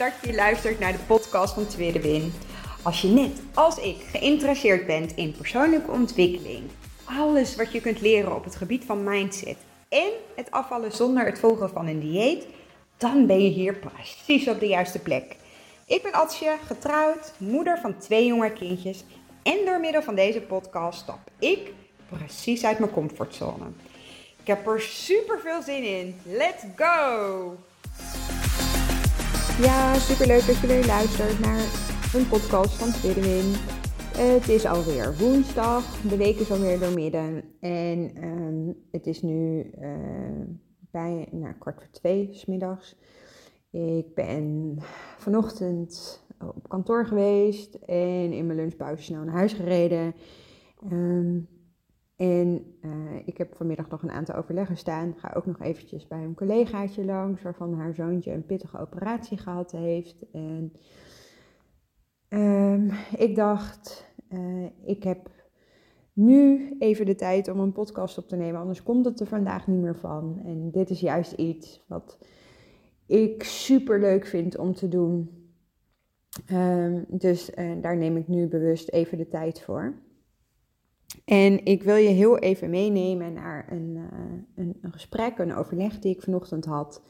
dat je luistert naar de podcast van Tweede Win. Als je net als ik geïnteresseerd bent in persoonlijke ontwikkeling, alles wat je kunt leren op het gebied van mindset en het afvallen zonder het volgen van een dieet, dan ben je hier precies op de juiste plek. Ik ben Atsje, getrouwd, moeder van 2 jonge kindjes en door middel van deze podcast stap ik precies uit mijn comfortzone. Ik heb er super veel zin in. Let's go! Ja, superleuk dat je weer luistert naar een podcast van Tweede Win. Het is alweer woensdag, de week is alweer doormidden en het is nu bij 2:15 's middags. Ik ben vanochtend op kantoor geweest en in mijn lunchpauze snel naar huis gereden. Ik heb vanmiddag nog een aantal overleggen staan. Ga ook nog eventjes bij een collegaatje langs, waarvan haar zoontje een pittige operatie gehad heeft. En ik dacht, ik heb nu even de tijd om een podcast op te nemen, anders komt het er vandaag niet meer van. En dit is juist iets wat ik super leuk vind om te doen. Dus daar neem ik nu bewust even de tijd voor. En ik wil je heel even meenemen naar een gesprek, een overleg die ik vanochtend had.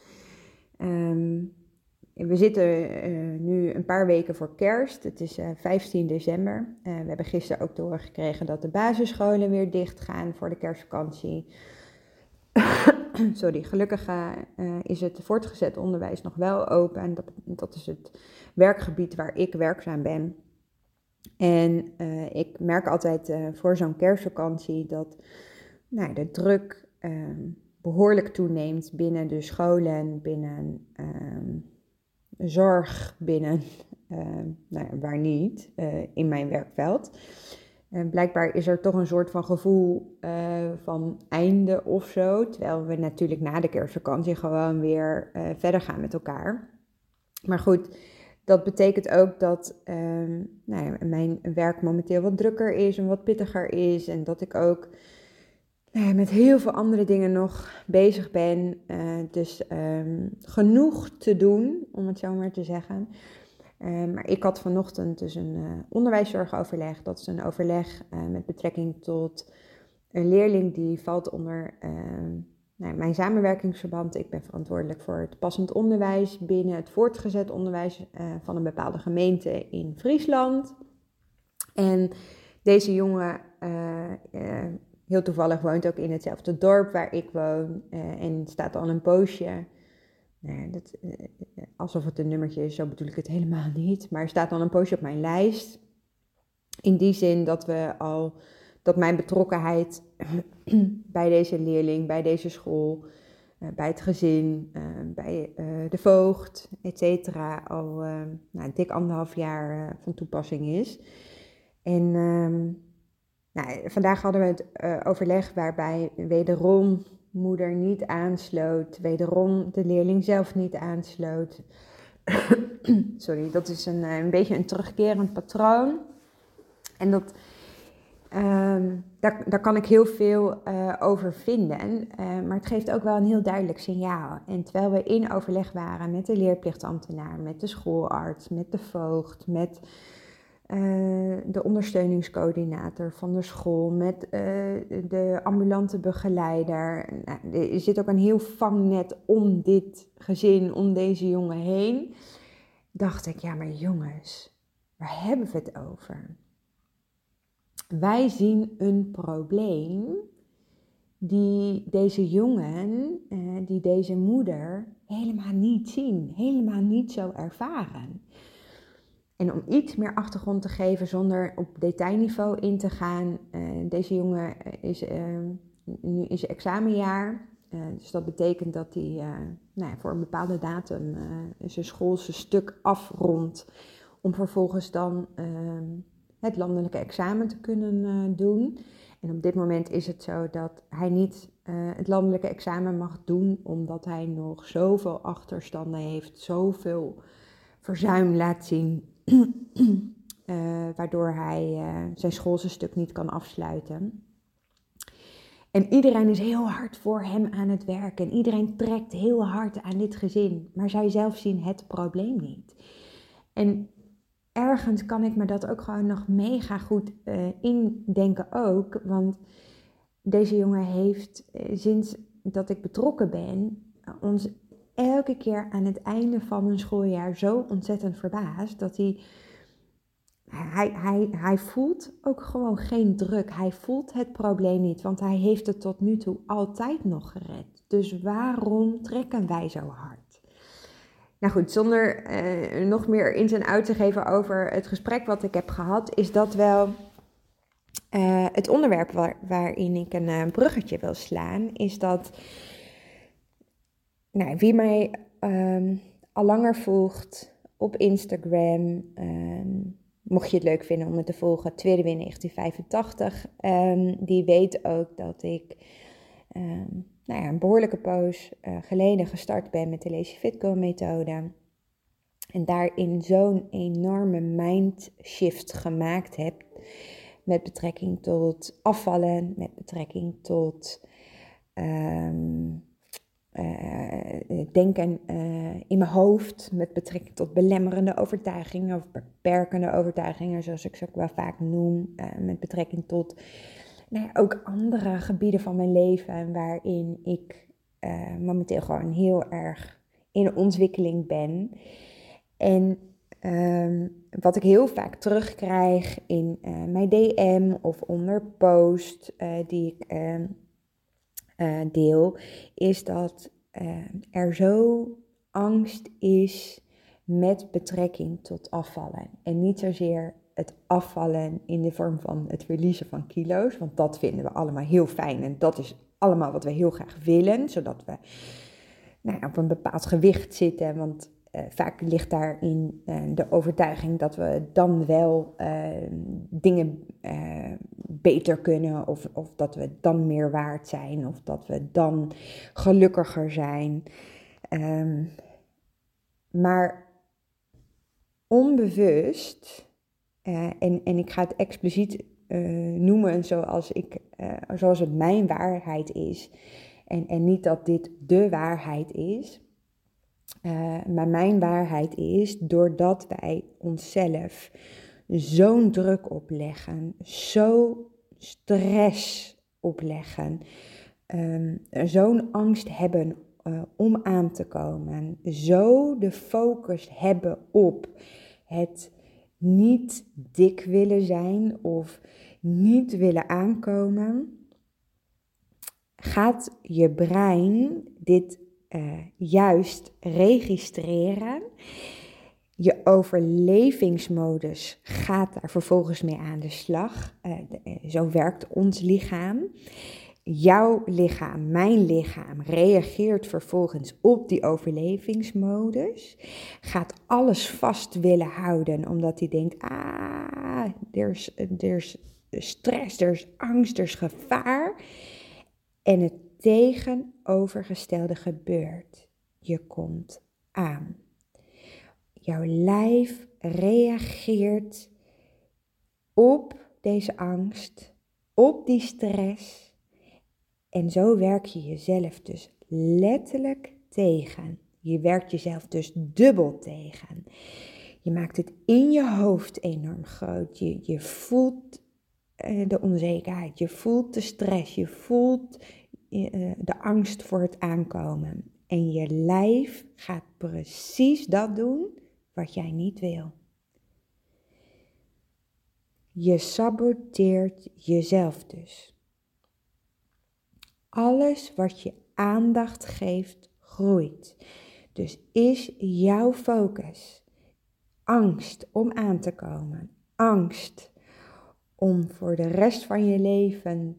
We zitten nu een paar weken voor kerst. Het is 15 december. We hebben gisteren ook te horen gekregen dat de basisscholen weer dicht gaan voor de kerstvakantie. Sorry, gelukkig is het voortgezet onderwijs nog wel open. En dat is het werkgebied waar ik werkzaam ben. En ik merk altijd voor zo'n kerstvakantie dat de druk behoorlijk toeneemt binnen de scholen, binnen zorg, binnen waar niet, in mijn werkveld. Blijkbaar is er toch een soort van gevoel van einde of zo, terwijl we natuurlijk na de kerstvakantie gewoon weer verder gaan met elkaar. Maar goed, dat betekent ook dat mijn werk momenteel wat drukker is en wat pittiger is. En dat ik ook met heel veel andere dingen nog bezig ben. Dus genoeg te doen, om het zo maar te zeggen. Maar ik had vanochtend dus een onderwijszorgoverleg. Dat is een overleg met betrekking tot een leerling die valt onder mijn samenwerkingsverband. Ik ben verantwoordelijk voor het passend onderwijs binnen het voortgezet onderwijs van een bepaalde gemeente in Friesland. En deze jongen, heel toevallig, woont ook in hetzelfde dorp waar ik woon en staat al een poosje. Alsof het een nummertje is, zo bedoel ik het helemaal niet. Maar staat al een poosje op mijn lijst. In die zin dat mijn betrokkenheid bij deze leerling, bij deze school, bij het gezin, bij de voogd, etc. al dik 1,5 jaar van toepassing is. En vandaag hadden we het overleg waarbij wederom moeder niet aansloot, wederom de leerling zelf niet aansloot. Sorry, dat is een beetje een terugkerend patroon. En daar kan ik heel veel over vinden. Maar het geeft ook wel een heel duidelijk signaal. En terwijl we in overleg waren met de leerplichtambtenaar, met de schoolarts, met de voogd, met de ondersteuningscoördinator van de school, met de ambulante begeleider. Er zit ook een heel vangnet om dit gezin, om deze jongen heen. Dacht ik, ja maar jongens, waar hebben we het over? Wij zien een probleem die deze jongen, die deze moeder helemaal niet zien, helemaal niet zo ervaren. En om iets meer achtergrond te geven zonder op detailniveau in te gaan, deze jongen is nu in zijn examenjaar. Dus dat betekent dat hij voor een bepaalde datum zijn schoolse stuk afrondt om vervolgens dan het landelijke examen te kunnen doen. En op dit moment is het zo dat hij niet het landelijke examen mag doen, omdat hij nog zoveel achterstanden heeft, zoveel verzuim laat zien, waardoor hij zijn schoolse stuk niet kan afsluiten. En iedereen is heel hard voor hem aan het werken. En iedereen trekt heel hard aan dit gezin. Maar zij zelf zien het probleem niet. En ergens kan ik me dat ook gewoon nog mega goed indenken ook. Want deze jongen heeft sinds dat ik betrokken ben ons elke keer aan het einde van een schooljaar zo ontzettend verbaasd dat hij voelt ook gewoon geen druk. Hij voelt het probleem niet, want hij heeft het tot nu toe altijd nog gered. Dus waarom trekken wij zo hard? Nou goed, zonder nog meer ins en uit te geven over het gesprek wat ik heb gehad, is dat wel het onderwerp waarin ik een bruggetje wil slaan. Is dat, nou, wie mij al langer volgt op Instagram, mocht je het leuk vinden om me te volgen, Tweede 1985, die weet ook dat ik een behoorlijke poos geleden gestart ben met de Lazy Fit Girl methode. En daarin zo'n enorme mindshift gemaakt heb met betrekking tot afvallen, met betrekking tot denken in mijn hoofd, met betrekking tot belemmerende overtuigingen of beperkende overtuigingen, zoals ik ze ook wel vaak noem, met betrekking tot ook andere gebieden van mijn leven waarin ik momenteel gewoon heel erg in ontwikkeling ben. En wat ik heel vaak terugkrijg in mijn DM of onder post die ik deel, is dat er zo angst is met betrekking tot afvallen. En niet zozeer het afvallen in de vorm van het verliezen van kilo's, want dat vinden we allemaal heel fijn en dat is allemaal wat we heel graag willen, zodat we op een bepaald gewicht zitten, want vaak ligt daarin de overtuiging dat we dan wel dingen beter kunnen of dat we dan meer waard zijn of dat we dan gelukkiger zijn. Maar onbewust, en ik ga het expliciet noemen zoals het mijn waarheid is en niet dat dit de waarheid is. Maar mijn waarheid is, doordat wij onszelf zo'n druk opleggen, zo stress opleggen, zo'n angst hebben om aan te komen, zo de focus hebben op het niet dik willen zijn of niet willen aankomen, gaat je brein dit juist registreren. Je overlevingsmodus gaat daar vervolgens mee aan de slag. Zo werkt ons lichaam. Jouw lichaam, mijn lichaam, reageert vervolgens op die overlevingsmodus. Gaat alles vast willen houden, omdat hij denkt, er is stress, er is angst, er is gevaar. En het tegenovergestelde gebeurt. Je komt aan. Jouw lijf reageert op deze angst, op die stress. En zo werk je jezelf dus letterlijk tegen. Je werkt jezelf dus dubbel tegen. Je maakt het in je hoofd enorm groot. Je voelt de onzekerheid, je voelt de stress, je voelt de angst voor het aankomen. En je lijf gaat precies dat doen wat jij niet wil. Je saboteert jezelf dus. Alles wat je aandacht geeft, groeit. Dus is jouw focus angst om aan te komen, angst om voor de rest van je leven,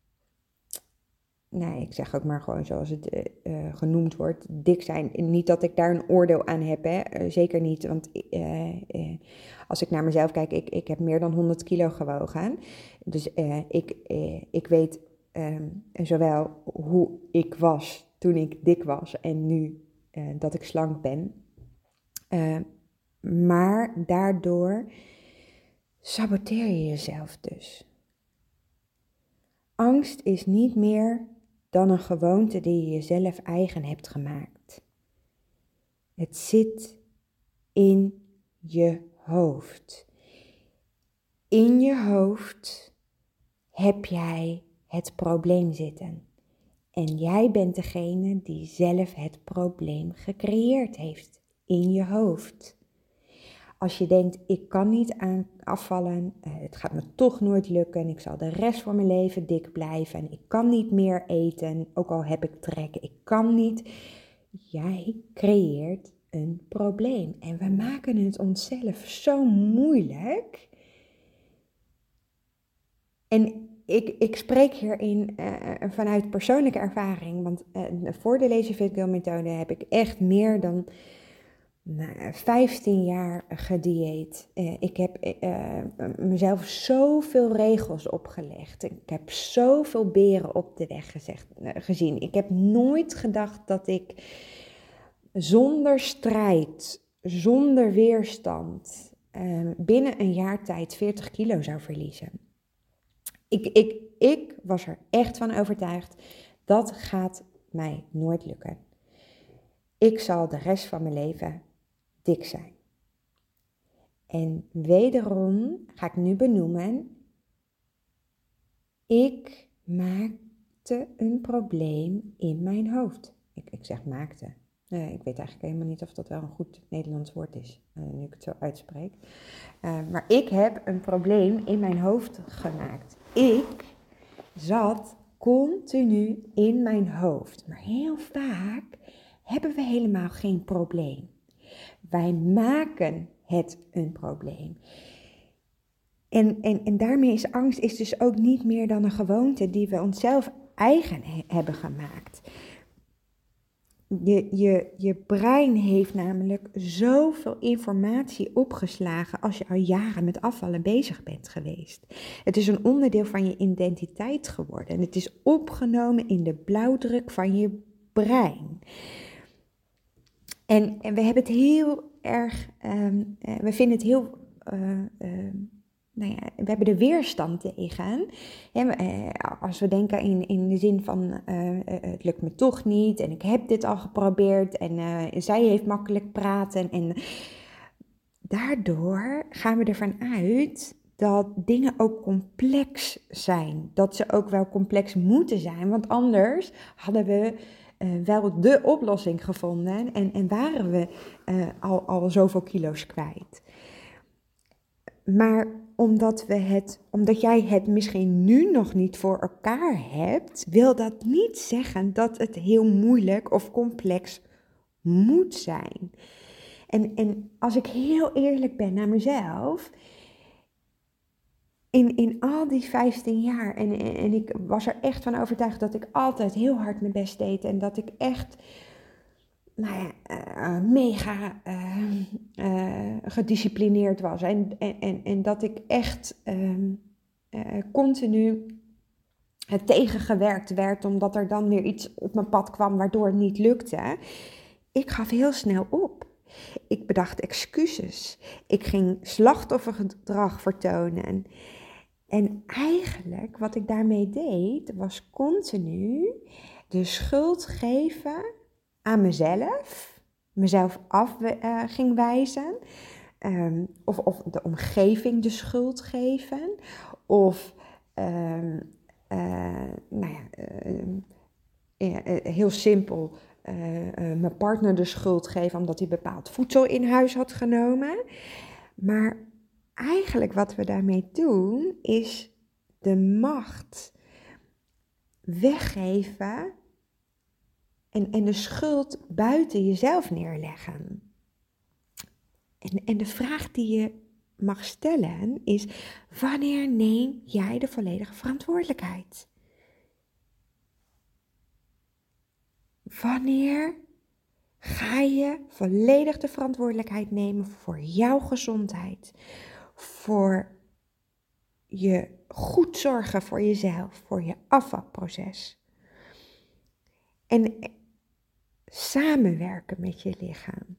ik zeg ook maar gewoon zoals het genoemd wordt, dik zijn. Niet dat ik daar een oordeel aan heb, hè? Zeker niet, want als ik naar mezelf kijk, ik heb meer dan 100 kilo gewogen. Dus ik weet zowel hoe ik was toen ik dik was en nu dat ik slank ben. Maar daardoor saboteer je jezelf dus. Angst is niet meer dan een gewoonte die je jezelf eigen hebt gemaakt. Het zit in je hoofd. In je hoofd heb jij het probleem zitten. En jij bent degene die zelf het probleem gecreëerd heeft in je hoofd. Als je denkt, ik kan niet afvallen, het gaat me toch nooit lukken, ik zal de rest van mijn leven dik blijven en ik kan niet meer eten, ook al heb ik trek, ik kan niet. Jij creëert een probleem en we maken het onszelf zo moeilijk. En ik spreek hierin vanuit persoonlijke ervaring, want voor de Lazy Fit Girl methode heb ik echt meer dan 15 jaar gedieet. Ik heb mezelf zoveel regels opgelegd. Ik heb zoveel beren op de weg gezien. Ik heb nooit gedacht dat ik zonder strijd, zonder weerstand, binnen een jaar tijd 40 kilo zou verliezen. Ik was er echt van overtuigd, dat gaat mij nooit lukken. Ik zal de rest van mijn leven dik zijn. En wederom ga ik nu benoemen, ik maakte een probleem in mijn hoofd. Ik zeg maakte. Ik weet eigenlijk helemaal niet of dat wel een goed Nederlands woord is, nu ik het zo uitspreek. Maar ik heb een probleem in mijn hoofd gemaakt. Ik zat continu in mijn hoofd. Maar heel vaak hebben we helemaal geen probleem. Wij maken het een probleem. En daarmee is angst dus ook niet meer dan een gewoonte die we onszelf eigen hebben gemaakt. Je brein heeft namelijk zoveel informatie opgeslagen als je al jaren met afvallen bezig bent geweest. Het is een onderdeel van je identiteit geworden. En het is opgenomen in de blauwdruk van je brein. En we hebben het heel erg, we vinden het heel, we hebben er weerstand tegen. Als we denken in de zin van, het lukt me toch niet en ik heb dit al geprobeerd en zij heeft makkelijk praten. En daardoor gaan we ervan uit dat dingen ook complex zijn. Dat ze ook wel complex moeten zijn, want anders hadden we wel de oplossing gevonden en waren we al zoveel kilo's kwijt. Maar omdat jij het misschien nu nog niet voor elkaar hebt, wil dat niet zeggen dat het heel moeilijk of complex moet zijn. En als ik heel eerlijk ben naar mezelf, in al die 15 jaar, en ik was er echt van overtuigd dat ik altijd heel hard mijn best deed en dat ik echt mega gedisciplineerd was. En dat ik echt continu tegengewerkt werd, omdat er dan weer iets op mijn pad kwam waardoor het niet lukte. Ik gaf heel snel op. Ik bedacht excuses. Ik ging slachtoffergedrag vertonen. En eigenlijk wat ik daarmee deed, was continu de schuld geven aan mezelf af ging wijzen, of de omgeving de schuld geven, of heel simpel mijn partner de schuld geven omdat hij bepaald voedsel in huis had genomen. Maar eigenlijk wat we daarmee doen, is de macht weggeven en de schuld buiten jezelf neerleggen. En de vraag die je mag stellen is, wanneer neem jij de volledige verantwoordelijkheid? Wanneer ga je volledig de verantwoordelijkheid nemen voor jouw gezondheid, voor je goed zorgen voor jezelf, voor je afvalproces. En samenwerken met je lichaam.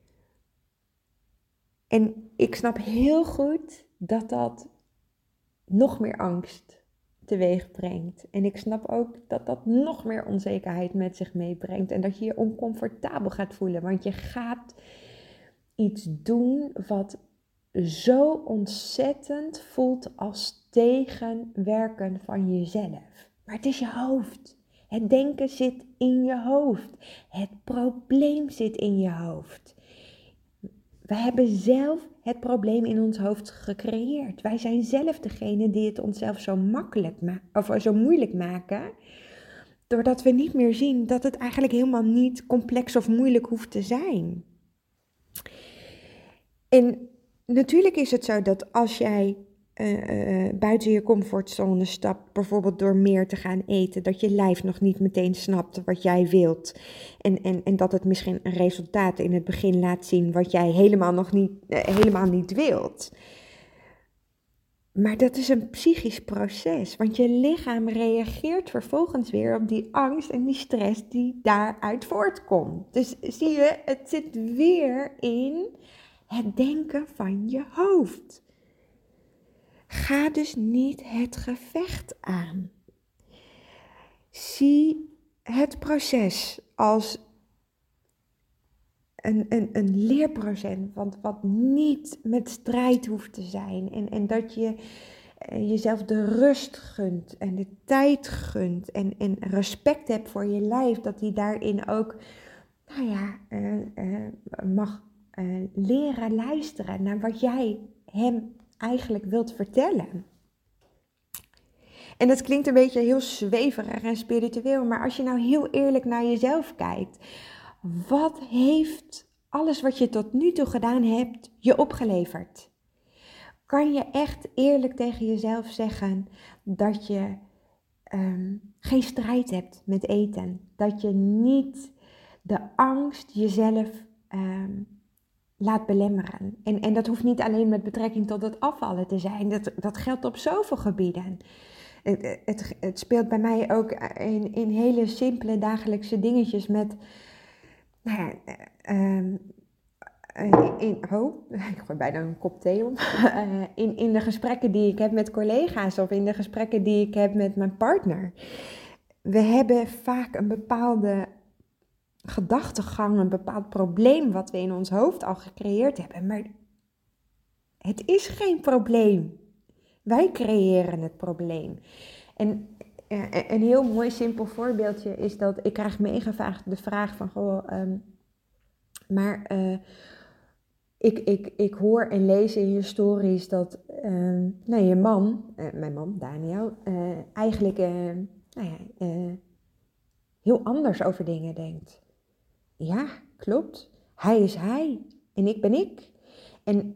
En ik snap heel goed dat nog meer angst teweeg brengt. En ik snap ook dat dat nog meer onzekerheid met zich meebrengt. En dat je je oncomfortabel gaat voelen. Want je gaat iets doen wat zo ontzettend voelt als tegenwerken van jezelf. Maar het is je hoofd. Het denken zit in je hoofd. Het probleem zit in je hoofd. We hebben zelf het probleem in ons hoofd gecreëerd. Wij zijn zelf degene die het onszelf zo zo moeilijk maken. Doordat we niet meer zien dat het eigenlijk helemaal niet complex of moeilijk hoeft te zijn. En natuurlijk is het zo dat als jij buiten je comfortzone stapt, bijvoorbeeld door meer te gaan eten, dat je lijf nog niet meteen snapt wat jij wilt. En dat het misschien een resultaat in het begin laat zien wat jij helemaal niet wilt. Maar dat is een psychisch proces, want je lichaam reageert vervolgens weer op die angst en die stress die daaruit voortkomt. Dus zie je, het zit weer in het denken van je hoofd. Ga dus niet het gevecht aan. Zie het proces als een leerproces, wat niet met strijd hoeft te zijn. En dat je jezelf de rust gunt en de tijd gunt en respect hebt voor je lijf. Dat die daarin ook mag leren luisteren naar wat jij hem eigenlijk wilt vertellen. En dat klinkt een beetje heel zweverig en spiritueel, maar als je nou heel eerlijk naar jezelf kijkt, wat heeft alles wat je tot nu toe gedaan hebt je opgeleverd? Kan je echt eerlijk tegen jezelf zeggen dat je geen strijd hebt met eten? Dat je niet de angst jezelf laat belemmeren. En dat hoeft niet alleen met betrekking tot het afvallen te zijn. Dat geldt op zoveel gebieden. Het speelt bij mij ook in hele simpele dagelijkse dingetjes met... ik gooi bijna een kop thee om. In de gesprekken die ik heb met collega's of in de gesprekken die ik heb met mijn partner. We hebben vaak een bepaalde gedachtegang, een bepaald probleem wat we in ons hoofd al gecreëerd hebben. Maar het is geen probleem. Wij creëren het probleem. En een heel mooi simpel voorbeeldje is dat ik krijg mega vaak de vraag van... Ik hoor en lees in je stories dat je man, mijn man Daniel, eigenlijk heel anders over dingen denkt. Ja, klopt. Hij is hij en ik ben ik. En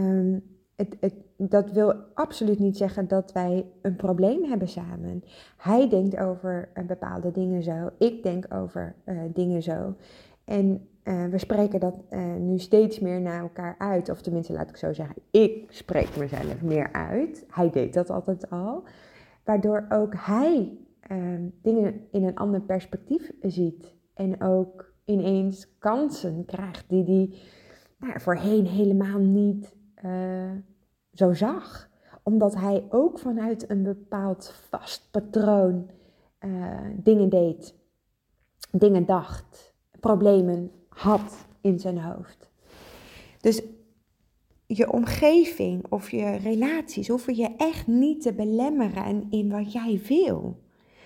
dat wil absoluut niet zeggen dat wij een probleem hebben samen. Hij denkt over bepaalde dingen zo. Ik denk over dingen zo. En we spreken dat nu steeds meer naar elkaar uit. Of tenminste, laat ik zo zeggen, ik spreek mezelf meer uit. Hij deed dat altijd al. Waardoor ook hij dingen in een ander perspectief ziet. En ook ineens kansen krijgt die hij voorheen helemaal niet zo zag. Omdat hij ook vanuit een bepaald vast patroon dingen deed. Dingen dacht. Problemen had in zijn hoofd. Dus je omgeving of je relaties hoeven je echt niet te belemmeren in wat jij wil.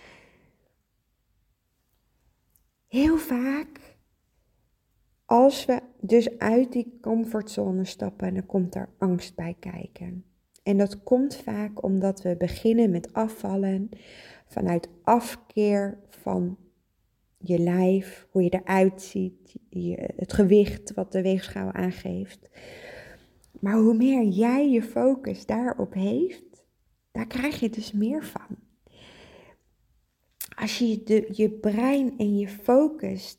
Heel vaak, als we dus uit die comfortzone stappen, dan komt er angst bij kijken. En dat komt vaak omdat we beginnen met afvallen vanuit afkeer van je lijf, hoe je eruit ziet, het gewicht wat de weegschaal aangeeft. Maar hoe meer jij je focus daarop heeft, daar krijg je dus meer van. Als je je brein en je focus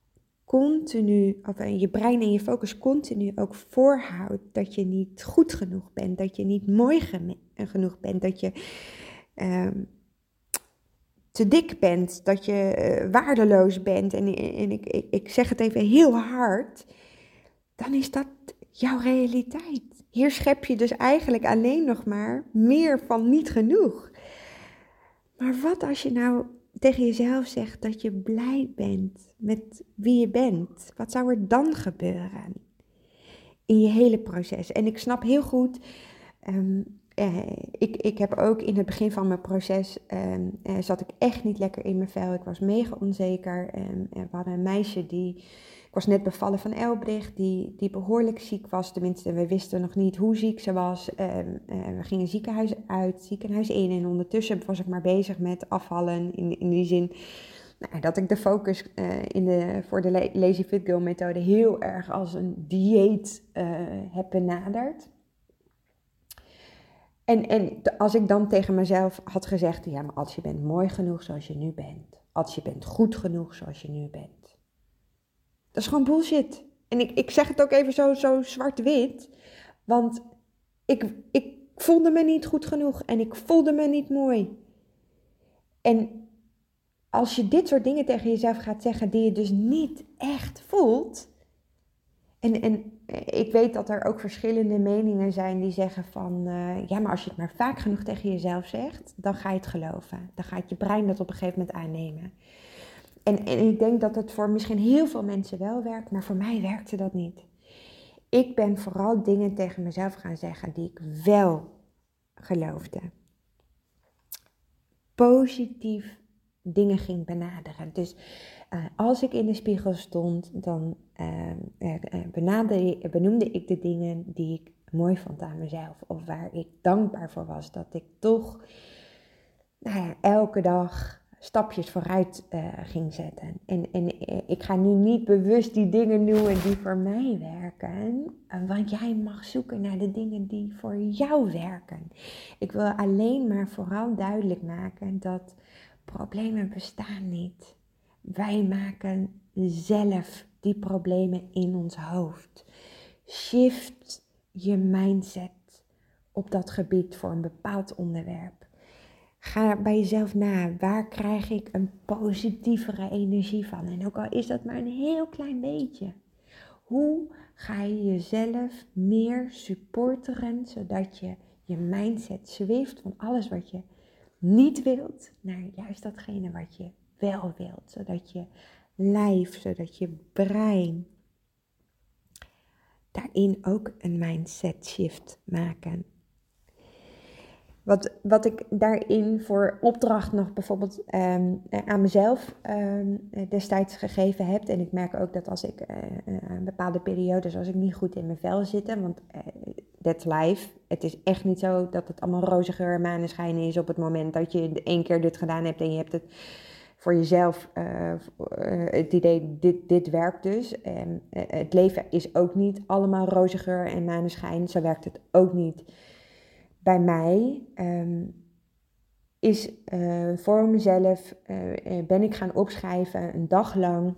continu ook voorhoudt dat je niet goed genoeg bent, dat je niet mooi genoeg bent, dat je te dik bent, dat je waardeloos bent, en ik zeg het even heel hard, dan is dat jouw realiteit. Hier schep je dus eigenlijk alleen nog maar meer van niet genoeg. Maar wat als je nou tegen jezelf zegt dat je blij bent met wie je bent? Wat zou er dan gebeuren in je hele proces? En ik snap heel goed, ik heb ook in het begin van mijn proces, zat ik echt niet lekker in mijn vel. Ik was mega onzeker. We hadden een meisje ik was net bevallen van Elbricht, die behoorlijk ziek was. Tenminste, we wisten nog niet hoe ziek ze was. We gingen ziekenhuis in. En ondertussen was ik maar bezig met afvallen. In die zin dat ik de focus voor de Lazy Fit Girl methode heel erg als een dieet heb benaderd. En als ik dan tegen mezelf had gezegd, ja, maar als je bent mooi genoeg zoals je nu bent. Als je bent goed genoeg zoals je nu bent. Dat is gewoon bullshit. En ik zeg het ook even zo zwart-wit. Want ik voelde me niet goed genoeg. En ik voelde me niet mooi. En als je dit soort dingen tegen jezelf gaat zeggen die je dus niet echt voelt. En ik weet dat er ook verschillende meningen zijn die zeggen van, ja, maar als je het maar vaak genoeg tegen jezelf zegt, dan ga je het geloven. Dan gaat je brein dat op een gegeven moment aannemen. En ik denk dat het voor misschien heel veel mensen wel werkt, maar voor mij werkte dat niet. Ik ben vooral dingen tegen mezelf gaan zeggen die ik wel geloofde. Positief dingen ging benaderen. Dus als ik in de spiegel stond, dan benoemde ik de dingen die ik mooi vond aan mezelf. Of waar ik dankbaar voor was. Dat ik toch elke dag stapjes vooruit ging zetten. En ik ga nu niet bewust die dingen noemen die voor mij werken. Want jij mag zoeken naar de dingen die voor jou werken. Ik wil alleen maar vooral duidelijk maken dat problemen bestaan niet. Wij maken zelf die problemen in ons hoofd. Shift je mindset op dat gebied voor een bepaald onderwerp. Ga bij jezelf na, waar krijg ik een positievere energie van? En ook al is dat maar een heel klein beetje. Hoe ga je jezelf meer supporteren, zodat je je mindset zwift van alles wat je niet wilt, naar juist datgene wat je wel wilt. Zodat je lijf, zodat je brein daarin ook een mindset shift maken. Wat ik daarin voor opdracht nog bijvoorbeeld aan mezelf destijds gegeven heb. En ik merk ook dat als ik een bepaalde periodes, als ik niet goed in mijn vel zit. Want that's life. Het is echt niet zo dat het allemaal roze geur en maneschijn is op het moment dat je 1 keer dit gedaan hebt. En je hebt het voor jezelf het idee, dit werkt dus. Het leven is ook niet allemaal roze geur en maneschijn. Zo werkt het ook niet. Bij mij is voor mezelf ben ik gaan opschrijven een dag lang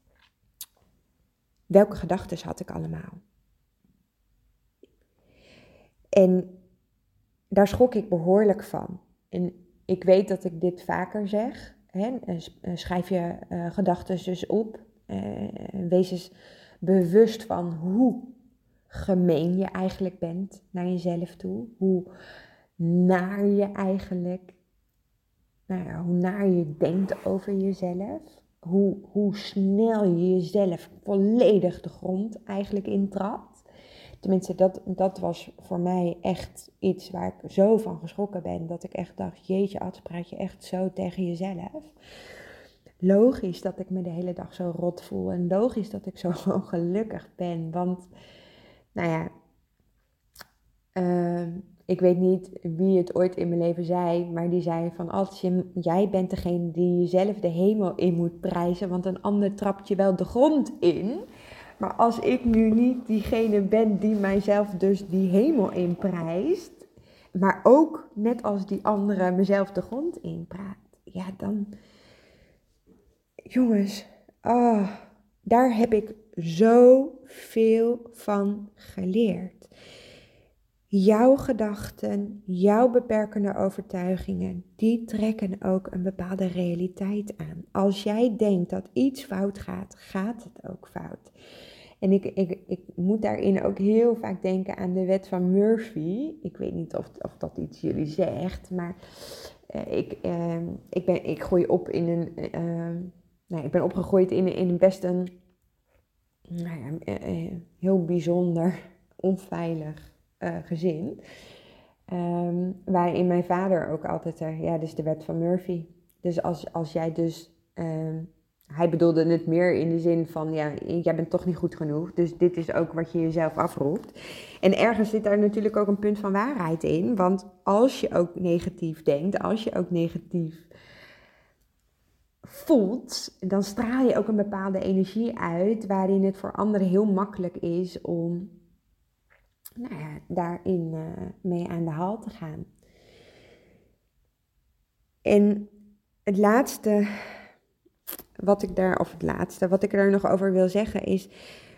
welke gedachten had ik allemaal. En daar schrok ik behoorlijk van. En ik weet dat ik dit vaker zeg. Schrijf je gedachten dus op. Wees eens bewust van hoe gemeen je eigenlijk bent naar jezelf toe. Hoe naar je eigenlijk, hoe naar je denkt over jezelf. Hoe snel je jezelf volledig de grond eigenlijk intrapt. Tenminste, dat was voor mij echt iets waar ik zo van geschrokken ben. Dat ik echt dacht, jeetje Ad, praat je echt zo tegen jezelf? Logisch dat ik me de hele dag zo rot voel. En logisch dat ik zo ongelukkig ben. Want, ik weet niet wie het ooit in mijn leven zei, maar die zei van jij bent degene die jezelf de hemel in moet prijzen, want een ander trapt je wel de grond in. Maar als ik nu niet diegene ben die mijzelf dus die hemel in prijst, maar ook net als die andere mezelf de grond in praat, ja dan, jongens, daar heb ik zoveel van geleerd. Jouw gedachten, jouw beperkende overtuigingen, die trekken ook een bepaalde realiteit aan. Als jij denkt dat iets fout gaat, gaat het ook fout. En ik moet daarin ook heel vaak denken aan de wet van Murphy. Ik weet niet of dat iets jullie zegt, maar ik groei op in een... ik ben opgegroeid in een best een heel bijzonder, onveilig gezin. Waarin mijn vader ook altijd dus de wet van Murphy. Dus als jij dus... hij bedoelde het meer in de zin van, jij bent toch niet goed genoeg. Dus dit is ook wat je jezelf afroept. En ergens zit daar natuurlijk ook een punt van waarheid in. Want als je ook negatief denkt, als je ook negatief voelt, dan straal je ook een bepaalde energie uit, waarin het voor anderen heel makkelijk is om daarin mee aan de haal te gaan. En het laatste wat ik er nog over wil zeggen is,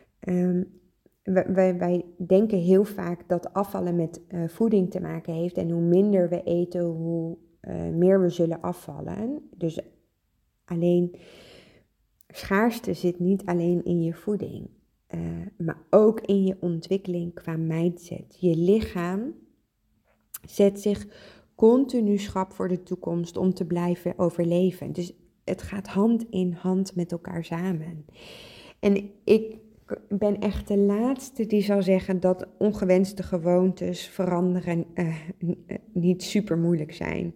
wij denken heel vaak dat afvallen met voeding te maken heeft. En hoe minder we eten, hoe meer we zullen afvallen. Dus alleen schaarste zit niet alleen in je voeding, maar ook in je ontwikkeling qua mindset. Je lichaam zet zich continu schrap voor de toekomst om te blijven overleven. Dus het gaat hand in hand met elkaar samen. En ik ben echt de laatste die zal zeggen dat ongewenste gewoontes veranderen niet super moeilijk zijn.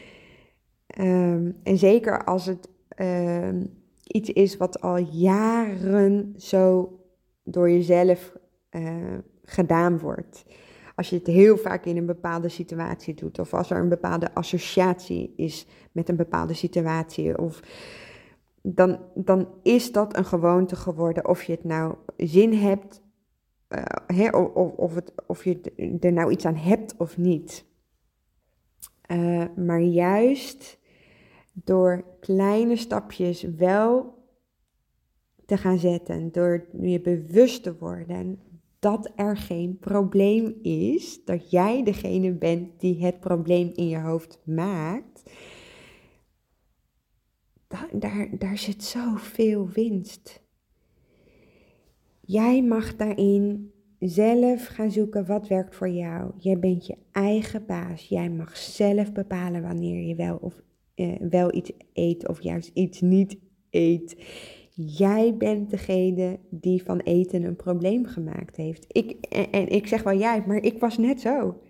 En zeker als het iets is wat al jaren zo door jezelf gedaan wordt. Als je het heel vaak in een bepaalde situatie doet, of als er een bepaalde associatie is met een bepaalde situatie, dan is dat een gewoonte geworden. Of je het nou zin hebt, of je er nou iets aan hebt of niet. Maar juist door kleine stapjes wel te gaan zetten, door je bewust te worden dat er geen probleem is, dat jij degene bent die het probleem in je hoofd maakt, daar zit zoveel winst. Jij mag daarin zelf gaan zoeken wat werkt voor jou. Jij bent je eigen baas. Jij mag zelf bepalen wanneer je wel iets eet of juist iets niet eet. Jij bent degene die van eten een probleem gemaakt heeft. Ik zeg wel jij, maar ik was net zo.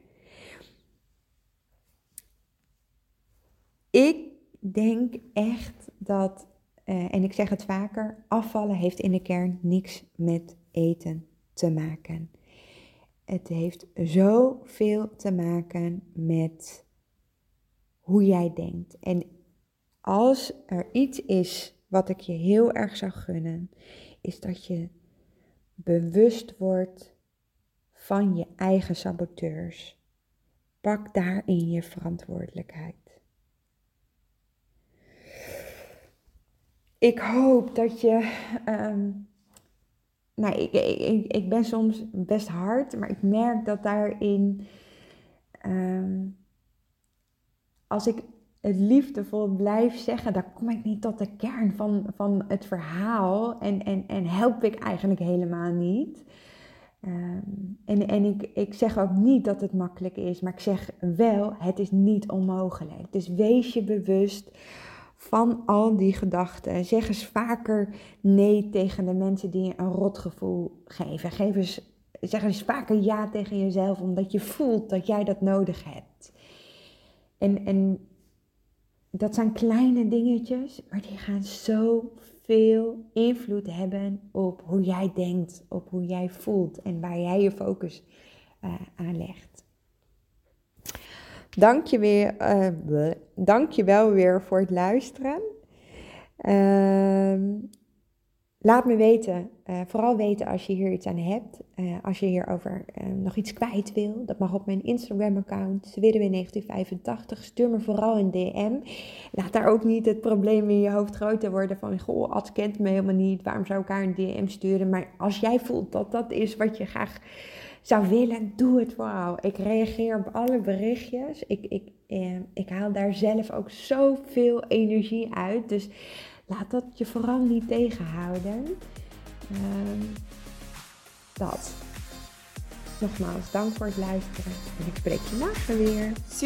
Ik denk echt dat, en ik zeg het vaker, afvallen heeft in de kern niks met eten te maken. Het heeft zoveel te maken met hoe jij denkt. En als er iets is wat ik je heel erg zou gunnen, is dat je bewust wordt van je eigen saboteurs. Pak daarin je verantwoordelijkheid. Ik hoop dat je... ik ben soms best hard, maar ik merk dat daarin... als ik het liefdevol blijf zeggen, dan kom ik niet tot de kern van het verhaal. En help ik eigenlijk helemaal niet. Ik zeg ook niet dat het makkelijk is, maar ik zeg wel, het is niet onmogelijk. Dus wees je bewust van al die gedachten. Zeg eens vaker nee tegen de mensen die je een rotgevoel geven. Zeg eens vaker ja tegen jezelf, omdat je voelt dat jij dat nodig hebt. En dat zijn kleine dingetjes, maar die gaan zoveel invloed hebben op hoe jij denkt, op hoe jij voelt en waar jij je focus aan legt. Dank je wel weer voor het luisteren. Laat me weten, vooral weten als je hier iets aan hebt. Als je hierover nog iets kwijt wil. Dat mag op mijn Instagram-account, Swidwin1985. Stuur me vooral een DM. Laat daar ook niet het probleem in je hoofd groter worden van... Goh, Ad kent me helemaal niet, waarom zou ik haar een DM sturen? Maar als jij voelt dat dat is wat je graag zou willen, doe het vooral. Ik reageer op alle berichtjes. Ik haal daar zelf ook zoveel energie uit. Dus laat dat je vooral niet tegenhouden. dat. Nogmaals, dank voor het luisteren en ik spreek je later weer.